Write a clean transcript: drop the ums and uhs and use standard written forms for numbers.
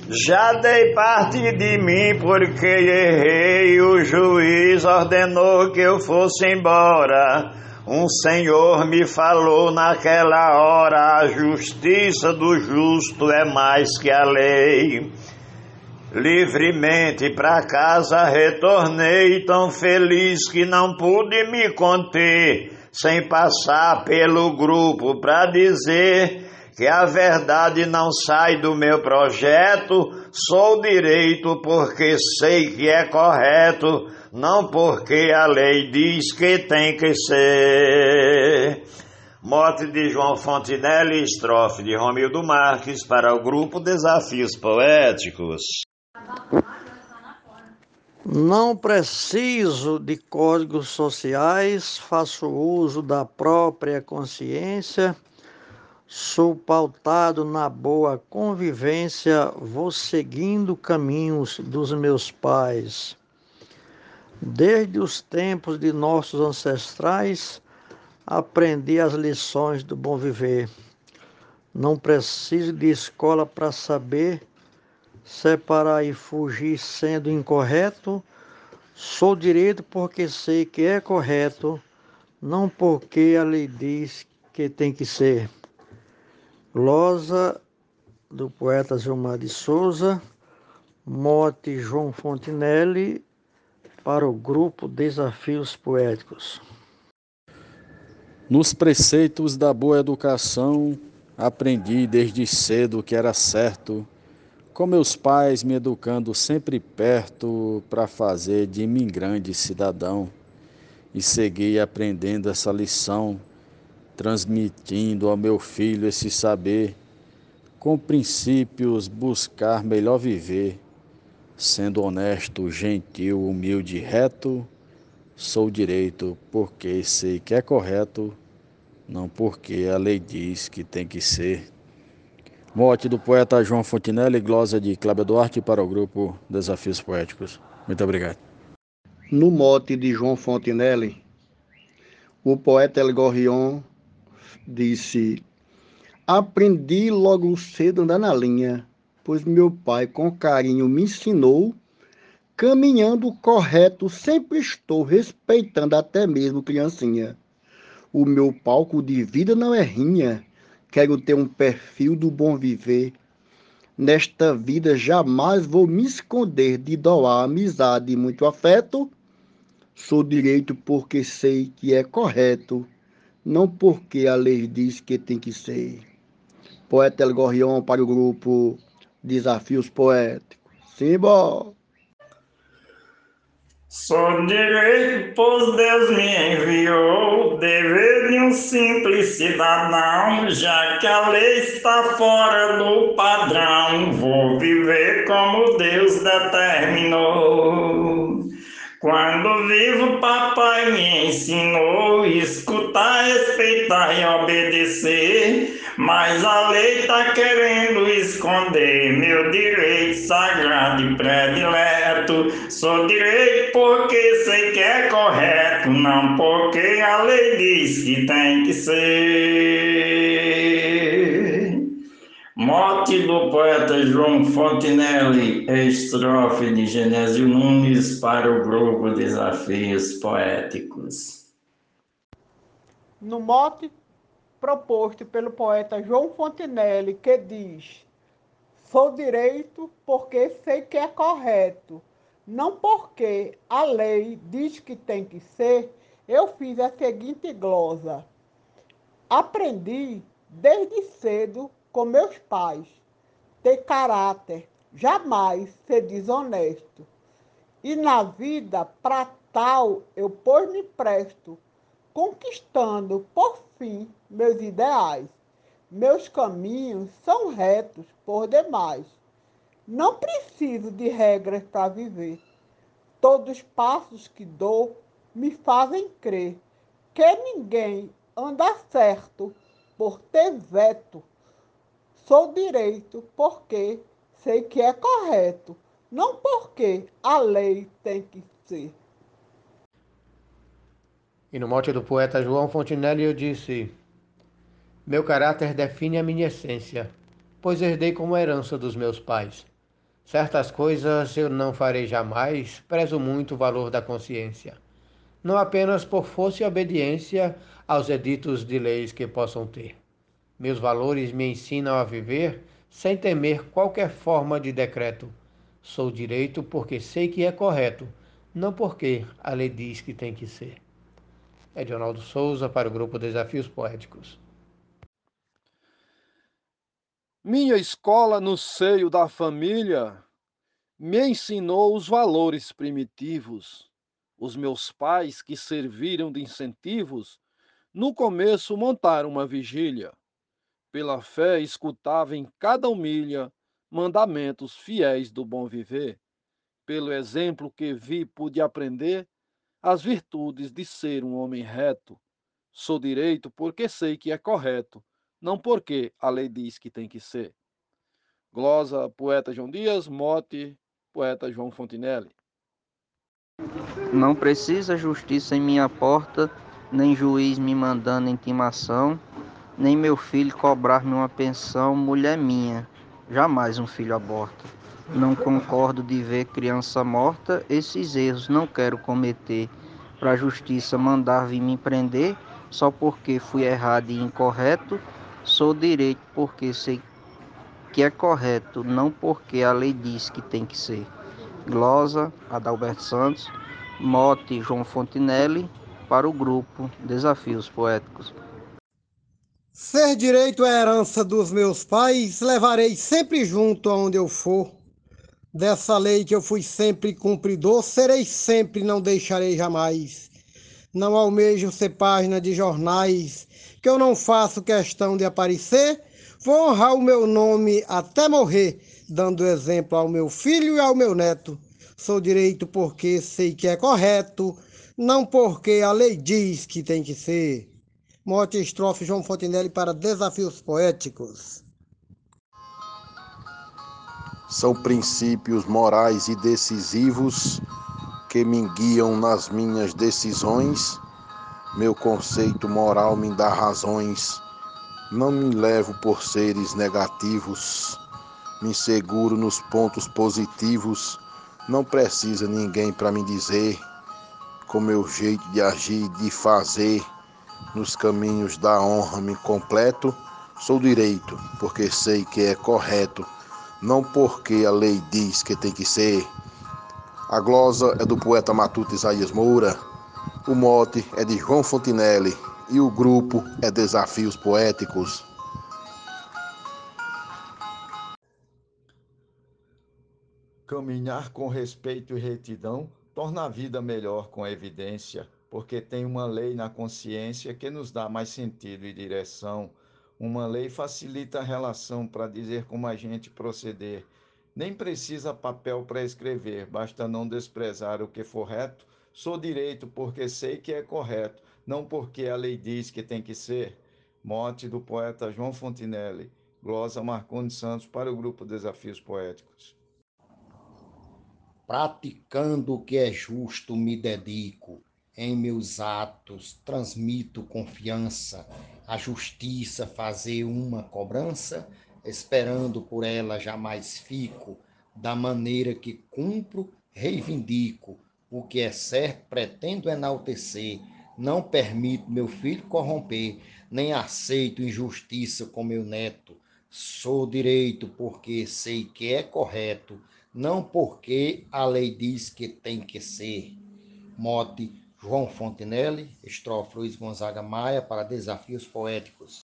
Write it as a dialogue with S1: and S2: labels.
S1: Já dei parte de mim porque errei, o juiz ordenou que eu fosse embora. Um senhor me falou naquela hora, a justiça do justo é mais que a lei. Livremente pra casa retornei, tão feliz que não pude me conter, sem passar pelo grupo pra dizer que a verdade não sai do meu projeto. Sou direito porque sei que é correto, não porque a lei diz que tem que ser. Mote de João Fontinelli, estrofe de Romildo Marques para o grupo Desafios Poéticos.
S2: Não preciso de códigos sociais, faço uso da própria consciência, sou pautado na boa convivência, vou seguindo caminhos dos meus pais. Desde os tempos de nossos ancestrais, aprendi as lições do bom viver. Não preciso de escola para saber separar e fugir sendo incorreto. Sou direito porque sei que é correto, não porque a lei diz que tem que ser. Glosa do poeta Gilmar de Souza, mote João Fontinelli, para o grupo Desafios Poéticos.
S3: Nos preceitos da boa educação, aprendi desde cedo que era certo, com meus pais me educando sempre perto para fazer de mim grande cidadão. E segui aprendendo essa lição, transmitindo ao meu filho esse saber, com princípios buscar melhor viver, sendo honesto, gentil, humilde e reto. Sou direito porque sei que é correto, não porque a lei diz que tem que ser. Mote do poeta João Fontinelli, glosa de Cláudio Duarte para o grupo Desafios Poéticos. Muito obrigado.
S4: No mote de João Fontinelli, o poeta El Gorrión disse: aprendi logo cedo a andar na linha, pois meu pai com carinho me ensinou. Caminhando correto, sempre estou respeitando até mesmo criancinha. O meu palco de vida não é rinha, quero ter um perfil do bom viver. Nesta vida jamais vou me esconder de doar amizade e muito afeto. Sou direito porque sei que é correto, não porque a lei diz que tem que ser. Poeta El Gorrión para o grupo Desafios Poéticos. Simba!
S1: Sou direito, pois Deus me enviou, dever de um simples cidadão, já que a lei está fora do padrão, vou viver como Deus determinou. Quando vivo, papai me ensinou escutar, respeitar e obedecer, mas a lei tá querendo esconder meu direito sagrado e predileto. Sou direito porque sei que é correto, não porque a lei diz que tem que ser. Mote do poeta João Fontinelli, estrofe de Genésio Nunes para o grupo Desafios Poéticos.
S5: No mote proposto pelo poeta João Fontinelli, que diz: sou direito porque sei que é correto, não porque a lei diz que tem que ser, eu fiz a seguinte glosa: aprendi desde cedo com meus pais ter caráter, jamais ser desonesto. E na vida, para tal, eu pois me presto, conquistando, por fim, meus ideais. Meus caminhos são retos por demais. Não preciso de regras para viver. Todos os passos que dou me fazem crer que ninguém anda certo por ter veto. Sou direito porque sei que é correto, não porque a lei tem que ser.
S6: E no mote do poeta João Fontinelli eu disse: meu caráter define a minha essência, pois herdei como herança dos meus pais. Certas coisas eu não farei jamais, prezo muito o valor da consciência. Não apenas por força e obediência aos editos de leis que possam ter. Meus valores me ensinam a viver sem temer qualquer forma de decreto. Sou direito porque sei que é correto, não porque a lei diz que tem que ser. Edionaldo Souza para o grupo Desafios Poéticos.
S3: Minha escola no seio da família me ensinou os valores primitivos. Os meus pais, que serviram de incentivos, no começo montaram uma vigília. Pela fé escutava em cada humilha mandamentos fiéis do bom viver. Pelo exemplo que vi, pude aprender as virtudes de ser um homem reto. Sou direito porque sei que é correto, não porque a lei diz que tem que ser. Glosa, poeta João Dias, mote, poeta João Fontinelli.
S2: Não precisa justiça em minha porta, nem juiz me mandando intimação, nem meu filho cobrar-me uma pensão, mulher minha, jamais um filho aborta. Não concordo de ver criança morta, esses erros não quero cometer. Pra justiça mandar vir me prender, só porque fui errado e incorreto, sou direito porque sei que é correto, não porque a lei diz que tem que ser. Glosa, Adalberto Santos, mote João Fontinelli, para o grupo Desafios Poéticos.
S7: Ser direito é a herança dos meus pais, levarei sempre junto aonde eu for. Dessa lei que eu fui sempre cumpridor, serei sempre, não deixarei jamais. Não almejo ser página de jornais, que eu não faço questão de aparecer. Vou honrar o meu nome até morrer, dando exemplo ao meu filho e ao meu neto. Sou direito porque sei que é correto, não porque a lei diz que tem que ser. Mote estrofe João Fontinelli para Desafios Poéticos.
S8: São princípios morais e decisivos que me guiam nas minhas decisões. Meu conceito moral me dá razões. Não me levo por seres negativos. Me seguro nos pontos positivos. Não precisa ninguém para me dizer com meu jeito de agir, de fazer. Nos caminhos da honra me completo. Sou direito porque sei que é correto, não porque a lei diz que tem que ser. A glosa é do poeta matuto Isaías Moura, o mote é de João Fontinelli e o grupo é Desafios Poéticos.
S1: Caminhar com respeito e retidão torna a vida melhor com evidência, porque tem uma lei na consciência que nos dá mais sentido e direção. Uma lei facilita a relação para dizer como a gente proceder. Nem precisa papel para escrever, basta não desprezar o que for reto. Sou direito porque sei que é correto, não porque a lei diz que tem que ser. Mote do poeta João Fontinelli. Glosa Marcondes Santos para o grupo Desafios Poéticos.
S9: Praticando o que é justo, me dedico. Em meus atos, transmito confiança. A justiça fazer uma cobrança, esperando por ela jamais fico. Da maneira que cumpro, reivindico. O que é certo, pretendo enaltecer. Não permito meu filho corromper, nem aceito injustiça com meu neto. Sou direito porque sei que é correto, não porque a lei diz que tem que ser. Mote João Fontinelli, estrofe Luiz Gonzaga Maia para Desafios Poéticos.